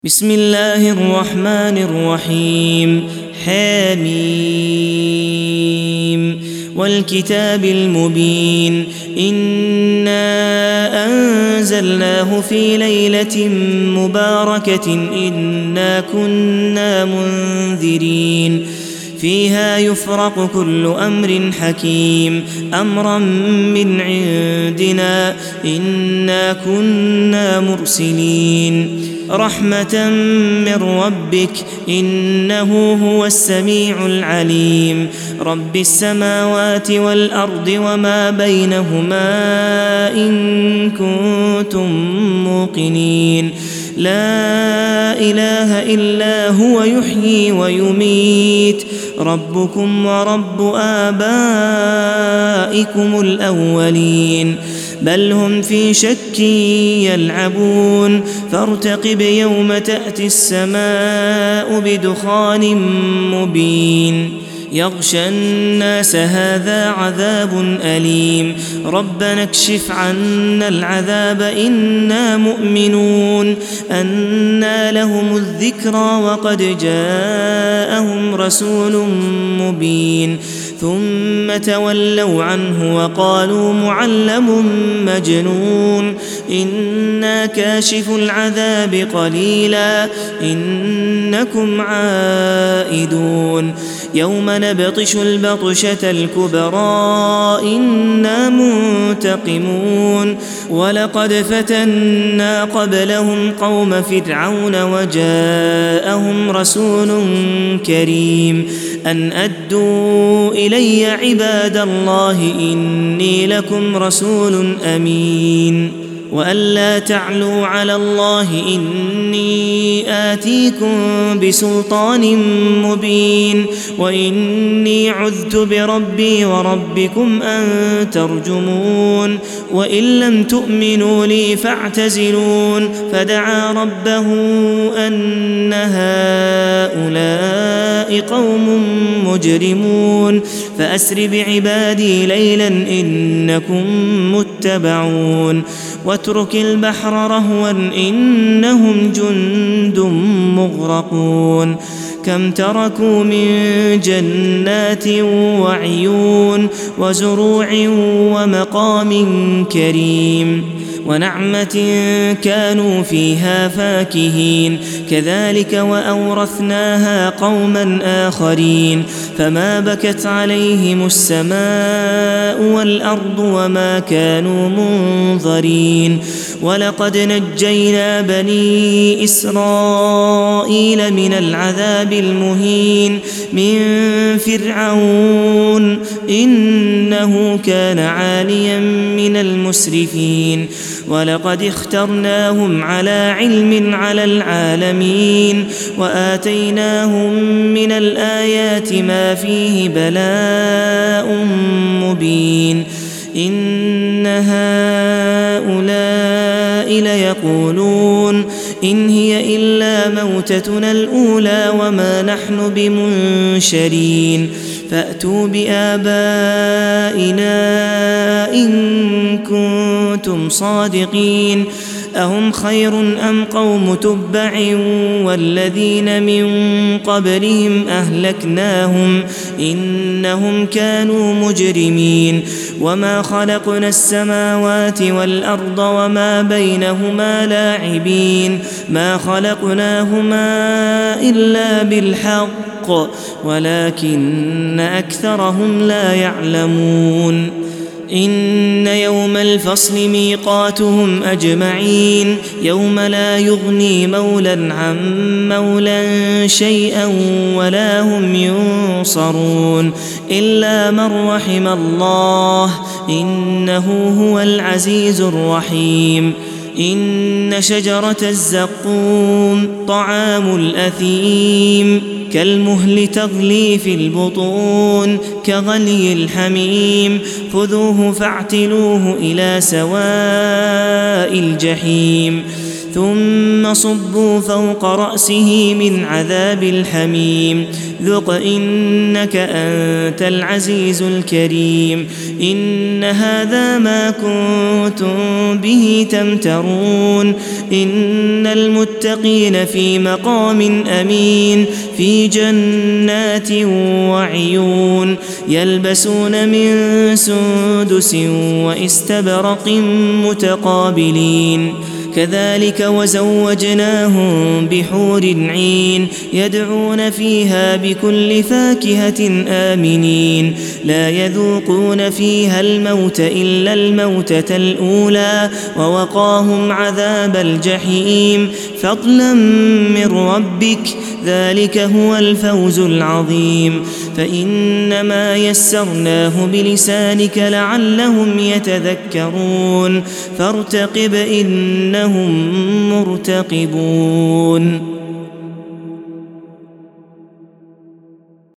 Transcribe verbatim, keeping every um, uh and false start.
بسم الله الرحمن الرحيم حميم والكتاب المبين إنا أنزلناه في ليلة مباركة إنا كنا منذرين فيها يفرق كل أمر حكيم أمرا من عندنا إنا كنا مرسلين رحمة من ربك إنه هو السميع العليم رب السماوات والأرض وما بينهما إن كنتم موقنين لا إله إلا هو يحيي ويميت ربكم ورب آبائكم الأولين بل هم في شك يلعبون فارتقب يوم تأتي السماء بدخان مبين يغشى الناس هذا عذاب أليم ربنا اكشف عنا العذاب إنا مؤمنون أنى لهم الذكرى وقد جاءهم رسول مبين ثم تولوا عنه وقالوا معلم مجنون إنا كاشف العذاب قليلا إنكم عائدون يوم نبطش البطشة الكبرى إنا منتقمون ولقد فتنا قبلهم قوم فرعون وجاءهم رسول كريم أن أدوا إلي عباد الله إني لكم رسول أمين وألا تعلوا على الله إني آتيكم بسلطان مبين وإني عذت بربي وربكم أن ترجمون وإن لم تؤمنوا لي فاعتزلون فدعا ربه أن هؤلاء قوم مجرمون فأسر بعبادي ليلا إنكم متبعون واترك البحر رهوا إنهم جند مغرقون كم تركوا من جنات وعيون وزروع ومقام كريم ونعمة كانوا فيها فاكهين كذلك وأورثناها قوما آخرين فما بكت عليهم السماء والأرض وما كانوا منظرين ولقد نجينا بني إسرائيل من العذاب المهين من فرعون إنه كان عاليا من المسرفين ولقد اخترناهم على علم على العالمين وآتيناهم من الآيات ما فيه بلاء مبين إن هؤلاء ليقولون إن هي إلا موتتنا الأولى وما نحن بمنشرين فأتوا بآبائنا إن كنتم صادقين أهم خير أم قوم تبع والذين من قبلهم أهلكناهم إنهم كانوا مجرمين وما خلقنا السماوات والأرض وما بينهما لاعبين ما خلقناهما إلا بالحق ولكن أكثرهم لا يعلمون إن يوم الفصل ميقاتهم أجمعين يوم لا يغني مولى عن مولى شيئا ولا هم ينصرون إلا من رحم الله إنه هو العزيز الرحيم إن شجرة الزقوم طعام الأثيم كالمهل تغلي في البطون كغلي الحميم خذوه فاعتلوه إلى سواء الجحيم ثم صبوا فوق رأسه من عذاب الحميم ذق إنك أنت العزيز الكريم إن هذا ما كنتم به تمترون إن المتقين في مقام أمين في جنات وعيون يلبسون من سندس واستبرق متقابلين كذلك وزوجناهم بحور عين يدعون فيها بكل فاكهة آمنين لا يذوقون فيها الموت إلا الموتة الأولى ووقاهم عذاب الجحيم فضلا من ربك ذلك هو الفوز العظيم فإنما يسرناه بلسانك لعلهم يتذكرون فارتقب إنهم مرتقبون